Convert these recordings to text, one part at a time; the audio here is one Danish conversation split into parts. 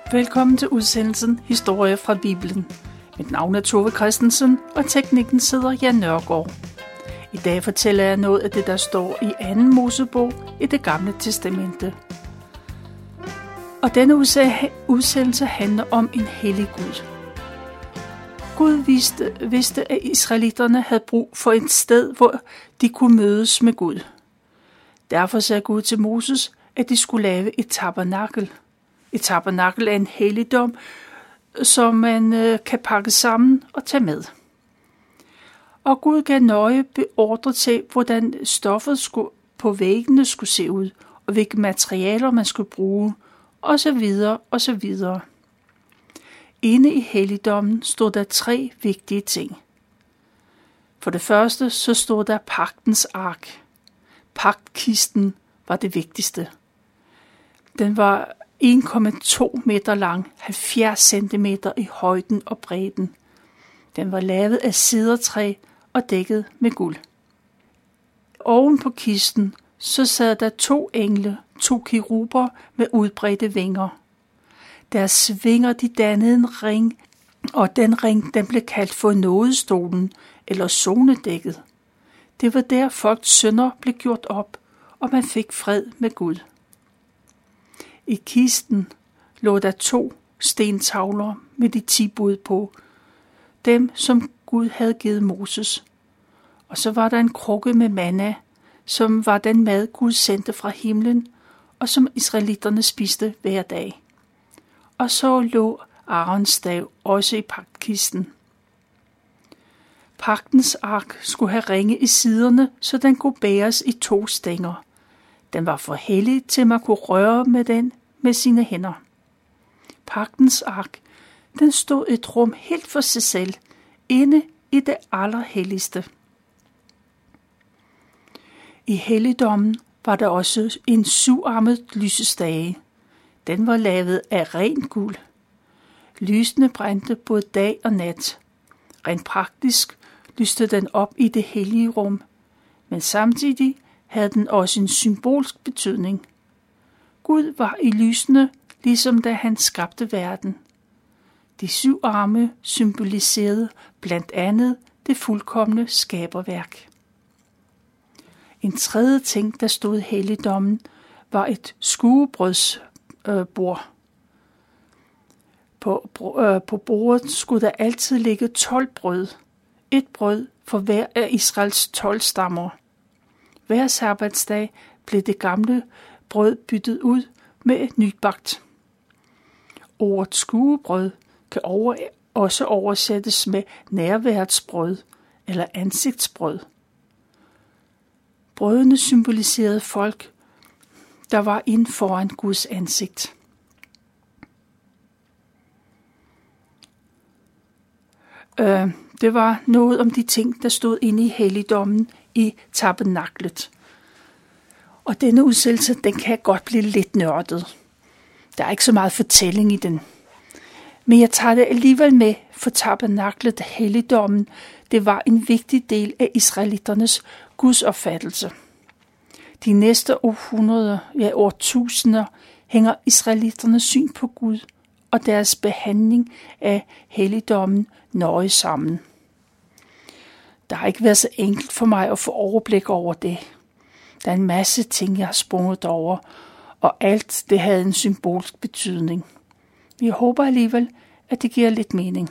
Velkommen til udsendelsen Historie fra Bibelen. Mit navn er Tove Christensen, og teknikken sidder Jan Nørgaard. I dag fortæller jeg noget af det, der står i 2. Mosebog i Det Gamle Testamente. Og denne udsendelse handler om en hellig Gud. Gud vidste, at israelitterne havde brug for et sted, hvor de kunne mødes med Gud. Derfor sagde Gud til Moses, at de skulle lave et tabernakel. Et tabernakel er en helligdom, som man kan pakke sammen og tage med. Og Gud gav nøje beordre til, hvordan stoffet på væggene skulle se ud, og hvilke materialer man skulle bruge, osv. osv. Inde i helligdommen stod der 3 vigtige ting. For det første så stod der pagtens ark. Pagtkisten var det vigtigste. Den var 1,2 meter lang, 70 centimeter i højden og bredden. Den var lavet af cedertræ og dækket med guld. Oven på kisten så sad der 2 engle, 2 keruber med udbredte vinger. Deres vinger de dannede en ring, og den ring den blev kaldt for nådestolen eller zonedækket. Det var der folks synder blev gjort op, og man fik fred med Gud. I kisten lå der 2 stentavler med de 10 bud på, dem som Gud havde givet Moses. Og så var der en krukke med manna, som var den mad Gud sendte fra himlen, og som israelitterne spiste hver dag. Og så lå Aarons stav også i pagtkisten. Pagtens ark skulle have ringe i siderne, så den kunne bæres i 2 stænger. Den var for hellig til man kunne røre med den med sine hænder. Pagtens ark, den stod et rum helt for sig selv, inde i det allerhelligste. I helligdommen var der også en 7-armet lysestage. Den var lavet af rent guld. Lysene brændte både dag og nat. Rent praktisk lyste den op i det hellige rum, men samtidig havde den også en symbolsk betydning. Gud var i lysene, ligesom da han skabte verden. De 7 arme symboliserede blandt andet det fuldkomne skaberværk. En tredje ting, der stod i helligdommen, var et skuebrødsbord. På bordet skulle der altid ligge 12 brød. Et brød for hver af Israels 12 stammer. Hver sabbatsdag blev det gamle brød byttet ud med et nybagt. Ordet skuebrød kan også oversættes med nærværsbrød eller ansigtsbrød. Brødene symboliserede folk, der var inde foran Guds ansigt. Det var noget om de ting, der stod inde i helligdommen i tabernaklet. Og denne udsendelse, den kan godt blive lidt nørdet. Der er ikke så meget fortælling i den. Men jeg tager det alligevel med, for tabernaklet, helligdommen, det var en vigtig del af israelitternes gudsopfattelse. De næste årtusinder hænger israelitternes syn på Gud og deres behandling af helligdommen nøje sammen. Der har ikke været så enkelt for mig at få overblik over det. Der er en masse ting, jeg har sprunget over, og alt det havde en symbolsk betydning. Jeg håber alligevel, at det giver lidt mening.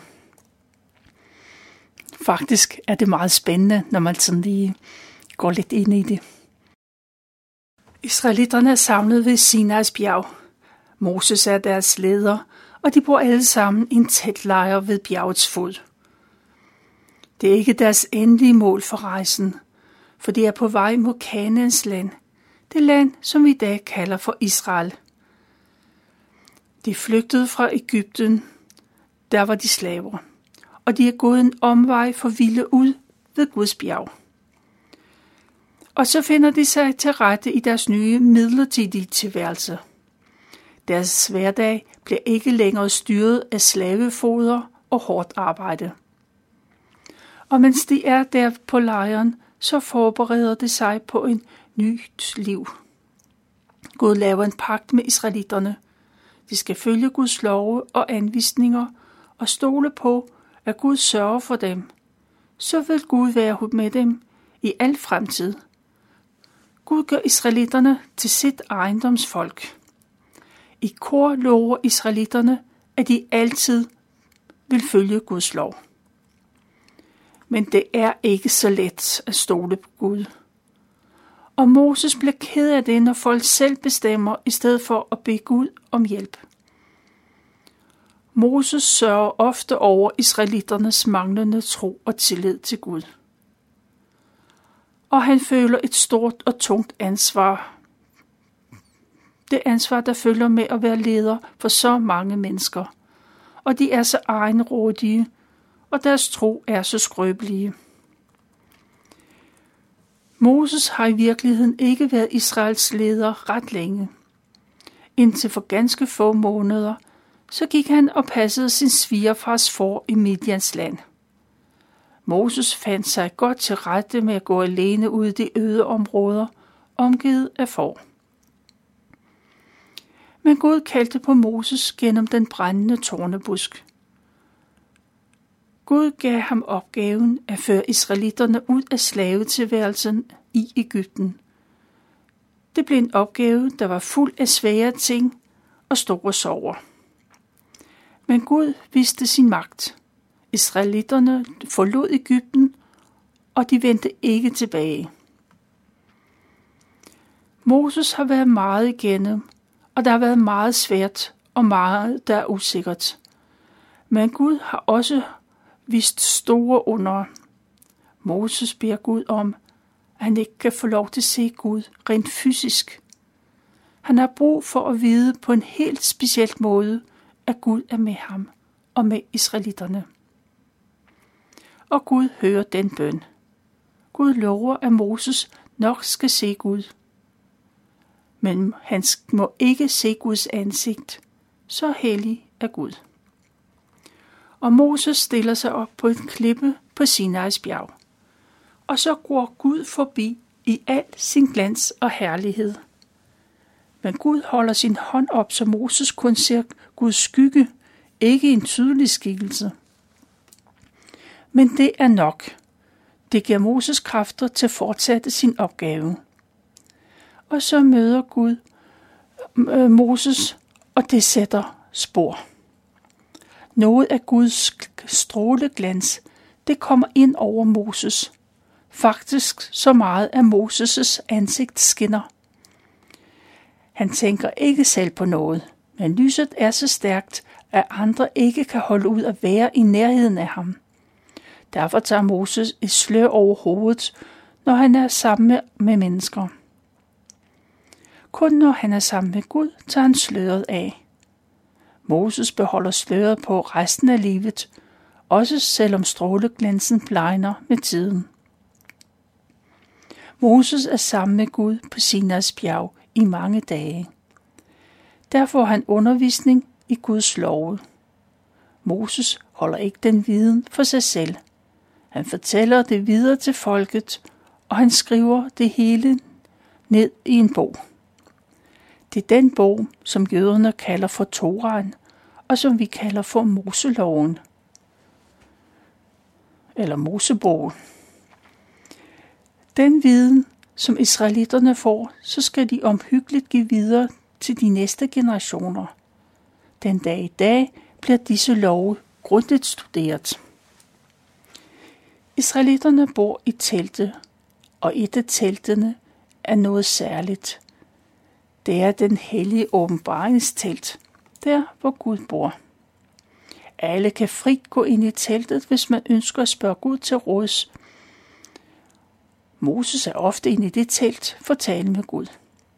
Faktisk er det meget spændende, når man sådan lige går lidt ind i det. Israelitterne er samlet ved Sinais bjerg. Moses er deres leder, og de bor alle sammen i en teltlejr ved bjergets fod. Det er ikke deres endelige mål for rejsen, for de er på vej mod Kanaans land, det land, som vi i dag kalder for Israel. De flygtede fra Egypten, der var de slaver, og de er gået en omvej for vilde ud ved Guds bjerg. Og så finder de sig til rette i deres nye midlertidige tilværelse. Deres hverdag bliver ikke længere styret af slavefoder og hårdt arbejde. Og mens de er der på lejren, så forbereder de sig på en nyt liv. Gud laver en pagt med israelitterne. De skal følge Guds love og anvisninger og stole på, at Gud sørger for dem. Så vil Gud være med dem i al fremtid. Gud gør israelitterne til sit ejendomsfolk. I kor lover israelitterne, at de altid vil følge Guds lov. Men det er ikke så let at stole på Gud. Og Moses bliver ked af det, når folk selv bestemmer, i stedet for at bede Gud om hjælp. Moses sørger ofte over israelitternes manglende tro og tillid til Gud. Og han føler et stort og tungt ansvar. Det ansvar, der følger med at være leder for så mange mennesker. Og de er så egenrådige, og deres tro er så skrøbelige. Moses har i virkeligheden ikke været Israels leder ret længe. Indtil for ganske få måneder, så gik han og passede sin svigerfars får i Midians land. Moses fandt sig godt til rette med at gå alene ud i de øde områder, omgivet af får. Men Gud kaldte på Moses gennem den brændende tornebusk. Gud gav ham opgaven at føre israelitterne ud af slavetilværelsen i Egypten. Det blev en opgave, der var fuld af svære ting og store sorger. Men Gud viste sin magt. Israelitterne forlod Egypten, og de vendte ikke tilbage. Moses har været meget igennem, og der har været meget svært og meget, der er usikkert. Men Gud har også vist store under. Moses beder Gud om, at han ikke kan få lov til at se Gud rent fysisk. Han har brug for at vide på en helt speciel måde, at Gud er med ham og med israelitterne. Og Gud hører den bøn. Gud lover, at Moses nok skal se Gud. Men han må ikke se Guds ansigt. Så hellig er Gud. Og Moses stiller sig op på en klippe på Sinais bjerg. Og så går Gud forbi i al sin glans og herlighed. Men Gud holder sin hånd op, så Moses kun ser Guds skygge, ikke en tydelig skikkelse. Men det er nok. Det giver Moses kræfter til at fortsætte sin opgave. Og så møder Gud Moses, og det sætter spor. Noget af Guds stråleglans, det kommer ind over Moses. Faktisk så meget, at Moses' ansigt skinner. Han tænker ikke selv på noget, men lyset er så stærkt, at andre ikke kan holde ud at være i nærheden af ham. Derfor tager Moses et slør over hovedet, når han er sammen med mennesker. Kun når han er sammen med Gud, tager han sløret af. Moses beholder sløret på resten af livet, også selvom stråleglansen blegner med tiden. Moses er sammen med Gud på Sinais bjerg i mange dage. Der får han undervisning i Guds love. Moses holder ikke den viden for sig selv. Han fortæller det videre til folket, og han skriver det hele ned i en bog. Det er den bog, som jøderne kalder for Toraen, og som vi kalder for Moseloven, eller Mosebogen. Den viden, som israelitterne får, så skal de omhyggeligt give videre til de næste generationer. Den dag i dag bliver disse love grundigt studeret. Israelitterne bor i telte, og et af teltene er noget særligt. Det er den hellige åbenbaringstelt, der hvor Gud bor. Alle kan frit gå ind i teltet, hvis man ønsker at spørge Gud til råds. Moses er ofte inde i det telt for at tale med Gud.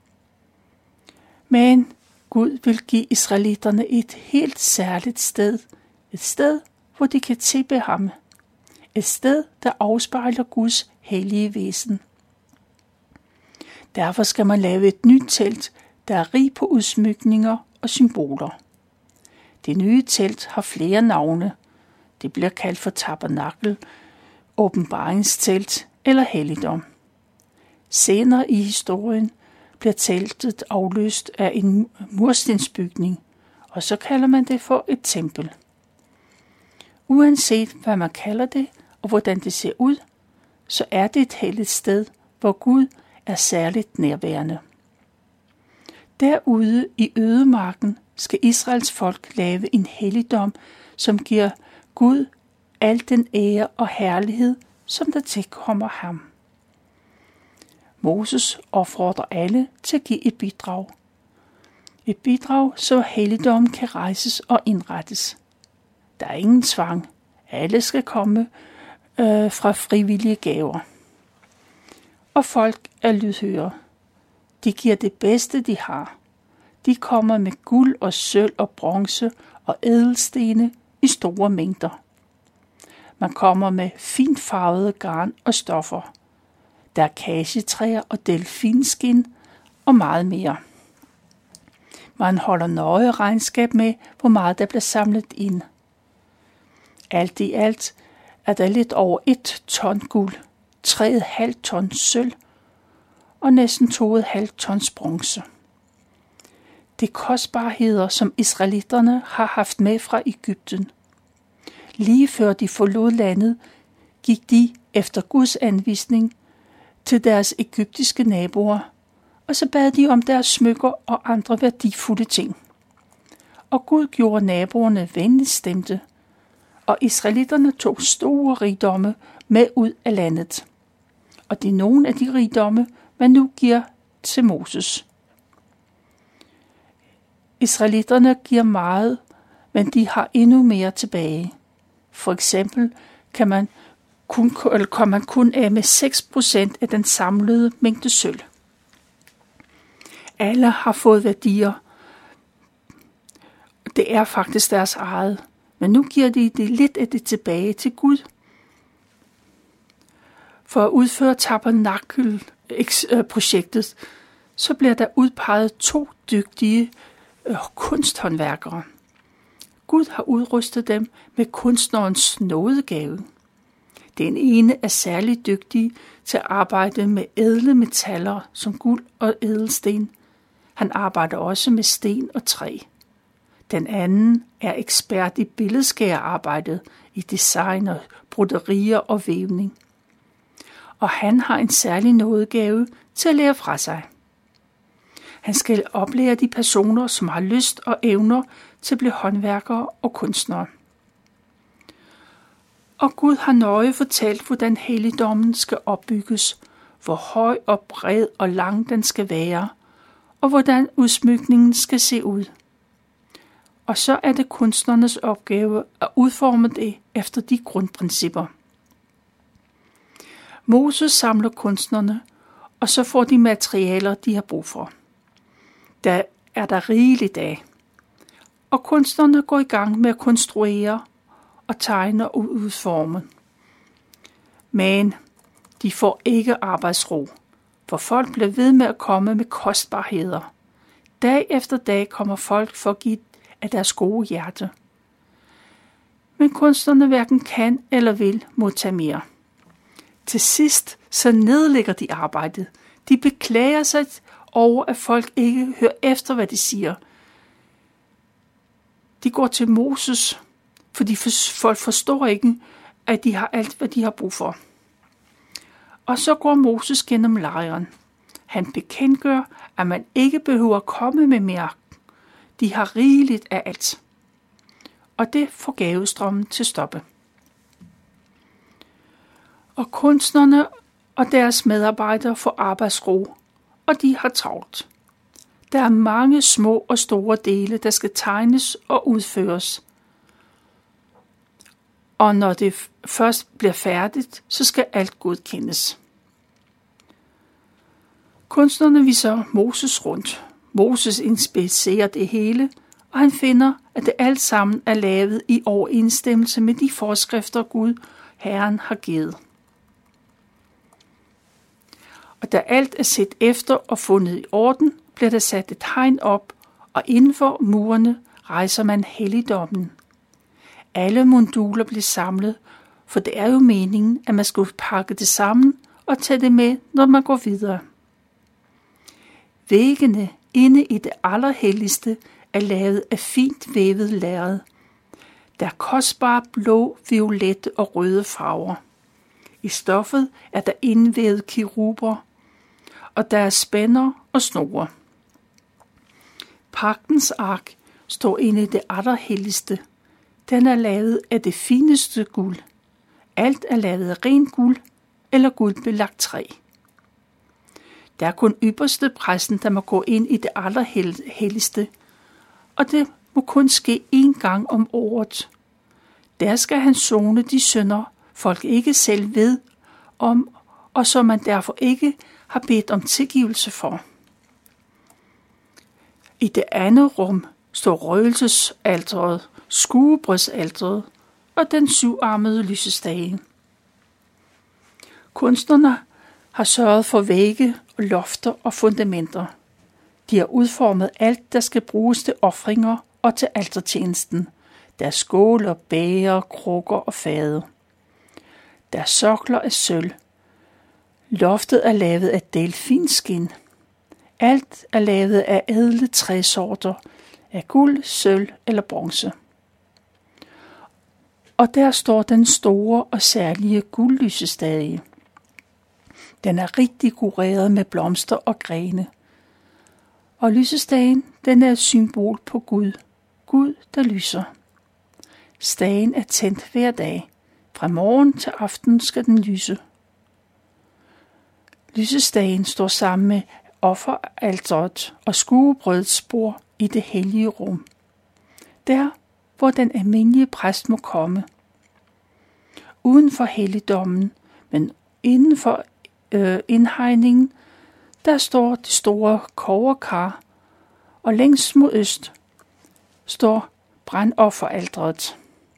Men Gud vil give israelitterne et helt særligt sted. Et sted, hvor de kan tilbede ham. Et sted, der afspejler Guds hellige væsen. Derfor skal man lave et nyt telt, der er rig på udsmykninger og symboler. Det nye telt har flere navne. Det bliver kaldt for tabernakel, åbenbaringstelt eller helligdom. Senere i historien bliver teltet afløst af en murstensbygning, og så kalder man det for et tempel. Uanset hvad man kalder det, og hvordan det ser ud, så er det et helligt sted, hvor Gud er særligt nærværende. Derude i ødemarken skal Israels folk lave en helligdom, som giver Gud al den ære og herlighed, som der tilkommer ham. Moses opfordrer alle til at give et bidrag. Et bidrag, så helligdommen kan rejses og indrettes. Der er ingen tvang. Alle skal komme fra frivillige gaver. Og folk er lydhøre. De giver det bedste, de har. De kommer med guld og sølv og bronze og ædelstene i store mængder. Man kommer med fint farvede garn og stoffer. Der er kagetræer og delfinskin og meget mere. Man holder nøje regnskab med, hvor meget der bliver samlet ind. Alt i alt er der lidt over 1 ton guld, 3,5 ton sølv og næsten 2,5 tons bronze. Det er kostbarheder, som israelitterne har haft med fra Egypten. Lige før de forlod landet, gik de efter Guds anvisning til deres egyptiske naboer, og så bad de om deres smykker og andre værdifulde ting. Og Gud gjorde naboerne venligt stemte, og israelitterne tog store rigdomme med ud af landet. Og det er nogle af de rigdomme, man nu giver til Moses. Israelitterne giver meget, men de har endnu mere tilbage. For eksempel kan man kun af med 6% af den samlede mængde sølv. Alle har fået værdier. Det er faktisk deres eget. Men nu giver de det lidt af det tilbage til Gud. For at udføre tabernakelprojektet, så bliver der udpeget 2 dygtige kunsthåndværkere. Gud har udrustet dem med kunstnerens nådegave. Den ene er særligt dygtig til at arbejde med ædle metaller som guld og ædelsten. Han arbejder også med sten og træ. Den anden er ekspert i billedskærerarbejdet, i design og broderier og vævning. Og han har en særlig nådegave til at lære fra sig. Han skal oplære de personer, som har lyst og evner til at blive håndværkere og kunstnere. Og Gud har nøje fortalt, hvordan helligdommen skal opbygges, hvor høj og bred og lang den skal være, og hvordan udsmykningen skal se ud. Og så er det kunstnernes opgave at udforme det efter de grundprincipper. Moses samler kunstnerne, og så får de materialer, de har brug for. Der er der rigeligt af. Og kunstnerne går i gang med at konstruere og tegne og udforme. Men de får ikke arbejdsro, for folk bliver ved med at komme med kostbarheder. Dag efter dag kommer folk for at give af deres gode hjerte. Men kunstnerne hverken kan eller vil modtage mere. Til sidst så nedlægger de arbejdet. De beklager sig over, at folk ikke hører efter, hvad de siger. De går til Moses, fordi folk forstår ikke, at de har alt, hvad de har brug for. Og så går Moses gennem lejren. Han bekendtgør, at man ikke behøver at komme med mere. De har rigeligt af alt. Og det får gavestrømmen til stoppe. Og kunstnerne og deres medarbejdere får arbejdsro, og de har travlt. Der er mange små og store dele, der skal tegnes og udføres. Og når det først bliver færdigt, så skal alt godkendes. Kunstnerne viser Moses rundt. Moses inspicerer det hele, og han finder, at det alt sammen er lavet i overensstemmelse med de forskrifter, Gud, Herren, har givet. Og da alt er set efter og fundet i orden, bliver der sat et hegn op, og inden for murene rejser man helligdommen. Alle moduler bliver samlet, for det er jo meningen, at man skal pakke det sammen og tage det med, når man går videre. Væggene inde i det allerhelligste er lavet af fint vævet lærred. Der er kostbare blå, violette og røde farver. I stoffet er der indvævet keruber, og der er spænder og snore. Pagtens ark står inde i det allerhelligste. Den er lavet af det fineste guld. Alt er lavet af ren guld eller guldbelagt træ. Der er kun ypperste præsten, der må gå ind i det allerhelligste, og det må kun ske 1 gang om året. Der skal han sone de synder, folk ikke selv ved om, og som man derfor ikke har bedt om tilgivelse for. I det andet rum står røgelsesalteret, skuebrødsalteret og den 7-armede lysestage. Kunstnerne har sørget for vægge, lofter og fundamenter. De har udformet alt, der skal bruges til ofringer og til altertjenesten. Der er skåler, bæger, krukker og fade. Der er sokler af sølv. Loftet er lavet af delfinskin. Alt er lavet af ædle træsorter, af guld, sølv eller bronze. Og der står den store og særlige guldlysestage. Den er rigt dekoreret med blomster og grene. Og lysestagen, den er et symbol på Gud. Gud, der lyser. Stagen er tændt hver dag. Fra morgen til aften skal den lyse. Lysestagen står sammen med offeralteret og skuebrødets bord i det hellige rum. Der, hvor den almindelige præst må komme. Uden for helligdommen, men inden for indhegningen, der står det store kobberkar, og længst mod øst står brandofferalteret.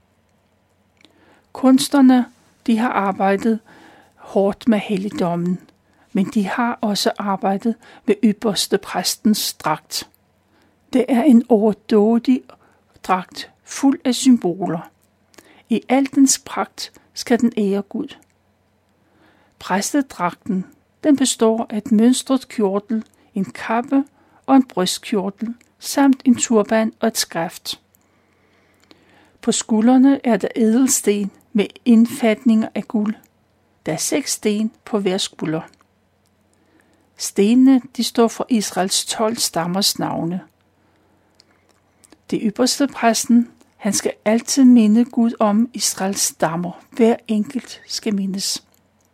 Kunstnerne, de har arbejdet hårdt med helligdommen, men de har også arbejdet med ypperste præstens dragt. Det er en overdådig dragt fuld af symboler. I al dens pragt skal den ære Gud. Præstedragten, den består af et mønstret kjortel, en kappe og en brystkjortel, samt en turban og et skaft. På skuldrene er der ædelsten med indfatninger af guld. Der er 6 sten på hver skulder. Stenene, de står for Israels 12 stammers navne. Det ypperste præsten, han skal altid minde Gud om Israels stammer. Hver enkelt skal mindes.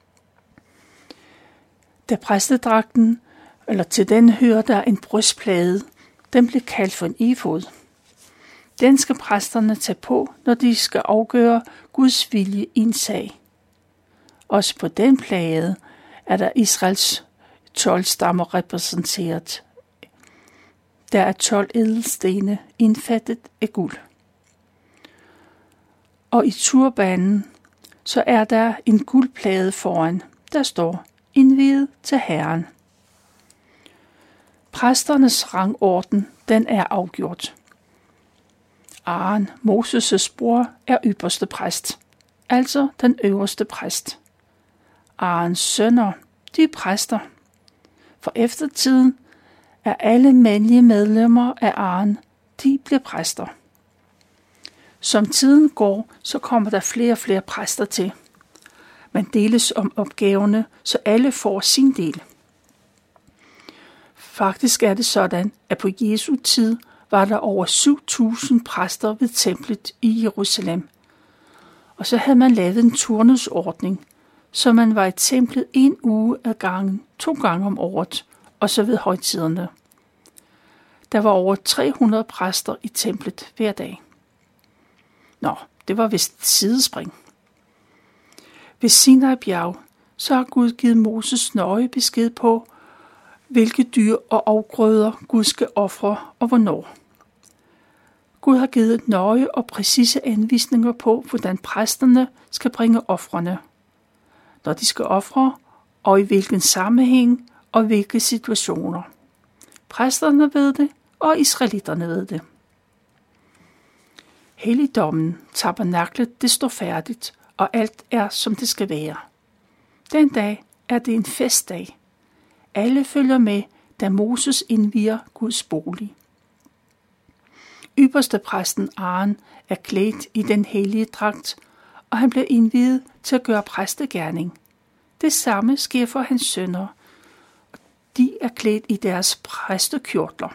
Da præstedragten, eller til den hører der en brystplade, den bliver kaldt for en efod. Den skal præsterne tage på, når de skal afgøre Guds vilje i en sag. Også på den plade er der Israels 12 stammer repræsenteret. Der er 12 ædelstene indfattet af guld. Og i turbanen, så er der en guldplade foran, der står indviet til Herren. Præsternes rangorden, den er afgjort. Aaron, Moses' bror, er ypperste præst, altså den øverste præst. Aarons sønner, de er præster. For eftertiden er alle mandlige medlemmer af Aaron, de bliver præster. Som tiden går, så kommer der flere og flere præster til. Man deles om opgaverne, så alle får sin del. Faktisk er det sådan, at på Jesu tid var der over 7.000 præster ved templet i Jerusalem. Og så havde man lavet en turnusordning, så man var i templet 1 uge ad gangen, 2 gange om året, og så ved højtiderne. Der var over 300 præster i templet hver dag. Nå, det var vist et sidespring. Ved Sinai bjerg, så har Gud givet Moses nøje besked på, hvilke dyr og afgrøder Gud skal ofre og hvornår. Gud har givet nøje og præcise anvisninger på, hvordan præsterne skal bringe ofrene, når de skal ofre, og i hvilken sammenhæng og hvilke situationer. Præsterne ved det, og israelitterne ved det. Helligdommen, tabernaklet, det står færdigt, og alt er, som det skal være. Den dag er det en festdag. Alle følger med, da Moses indvier Guds bolig. Ypperste præsten Aaron er klædt i den hellige dragt, og han bliver indviet til at gøre præstegerning. Det samme sker for hans sønner. De er klædt i deres præstekjortler.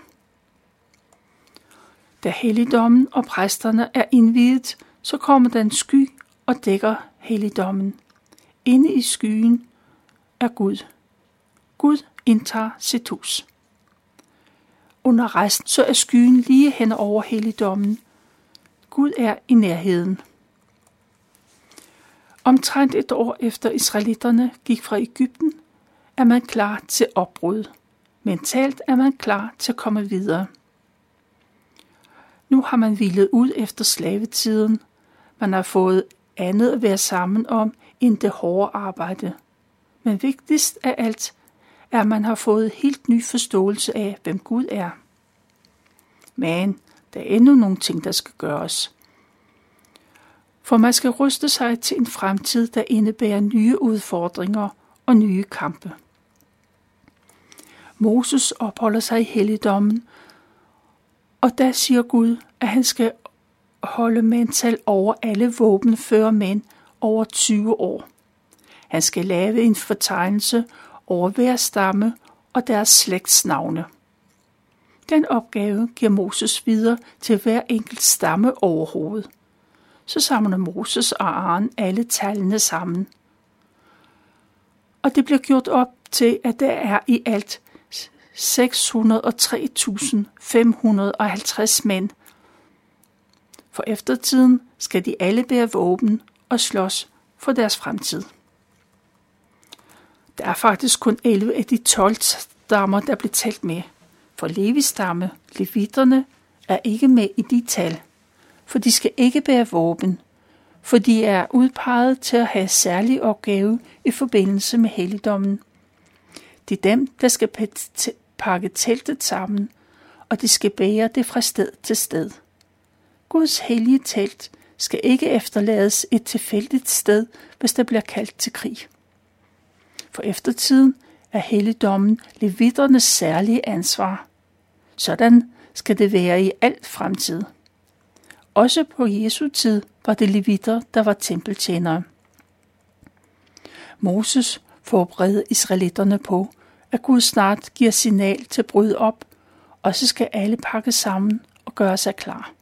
Da helligdommen og præsterne er indviet, så kommer der en sky og dækker helligdommen. Inde i skyen er Gud. Gud indtager sit hus. Under resten så er skyen lige hen over helligdommen. Gud er i nærheden. Omtrent et år efter israelitterne gik fra Egypten, er man klar til opbrud. Mentalt er man klar til at komme videre. Nu har man hvilet ud efter slavetiden. Man har fået andet at være sammen om end det hårde arbejde. Men vigtigst af alt er, at man har fået helt ny forståelse af, hvem Gud er. Men der er endnu nogle ting, der skal gøres. For man skal ruste sig til en fremtid, der indebærer nye udfordringer og nye kampe. Moses opholder sig i helligdommen, og der siger Gud, at han skal holde mandtal over alle våbenføre mænd over 20 år. Han skal lave en fortegnelse over hver stamme og deres slægtsnavne. Den opgave giver Moses videre til hver enkelt stamme overhovedet. Så samler Moses og Aaron alle tallene sammen. Og det bliver gjort op til, at der er i alt 603.550 mænd. For eftertiden skal de alle bære våben og slås for deres fremtid. Der er faktisk kun 11 af de 12 stammer, der blev talt med. For Levis stamme, levitterne, er ikke med i de tal, for de skal ikke bære våben, for de er udpeget til at have særlig opgave i forbindelse med helligdommen. Det er dem, der skal pakke teltet sammen, og de skal bære det fra sted til sted. Guds hellige telt skal ikke efterlades et tilfældigt sted, hvis der bliver kaldt til krig. For eftertiden er helligdommen levitternes særlige ansvar. Sådan skal det være i al fremtid. Også på Jesu tid var det levitter, der var tempeltjenere. Moses forbereder israelitterne på, at Gud snart giver signal til at bryde op, og så skal alle pakke sammen og gøre sig klar.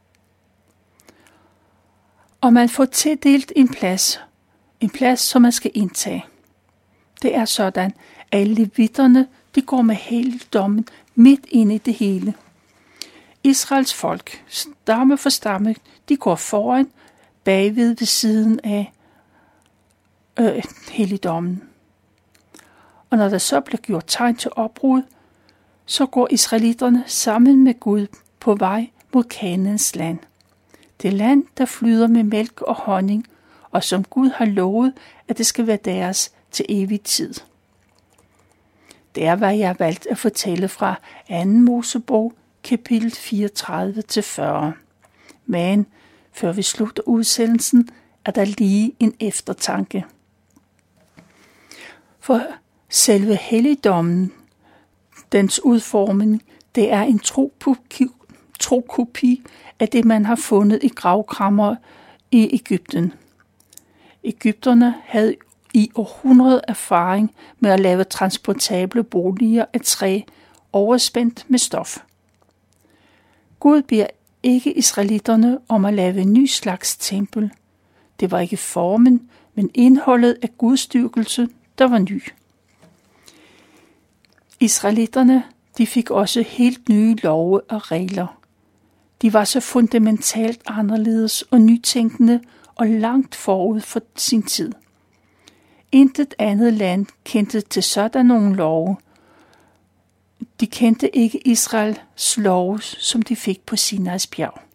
Og man får tildelt en plads, som man skal indtage. Det er sådan, at levitterne, de går med helligdommen midt inde i det hele. Israels folk, stamme for stamme, de går foran, bagved ved siden af helligdommen. Og når der så bliver gjort tegn til opbrud, så går israelitterne sammen med Gud på vej mod Kanaans land. Det land, der flyder med mælk og honning, og som Gud har lovet, at det skal være deres til evig tid. Det er, hvad jeg har valgt at fortælle fra 2. Mosebog, kapitel 34-40. Men før vi slutter udsendelsen, er der lige en eftertanke. For selve helligdommen, dens udformning, det er en trokopi af det, man har fundet i gravkrammer i Egypten. Egypterne havde i århundrede erfaring med at lave transportable boliger af træ overspændt med stof. Gud beder ikke israelitterne om at lave en ny slags tempel. Det var ikke formen, men indholdet af gudstyrkelse, der var ny. Israelitterne, de fik også helt nye love og regler. De var så fundamentalt anderledes og nytænkende og langt forud for sin tid. Intet andet land kendte til sådan nogle love. De kendte ikke Israels love, som de fik på Sinais bjerg.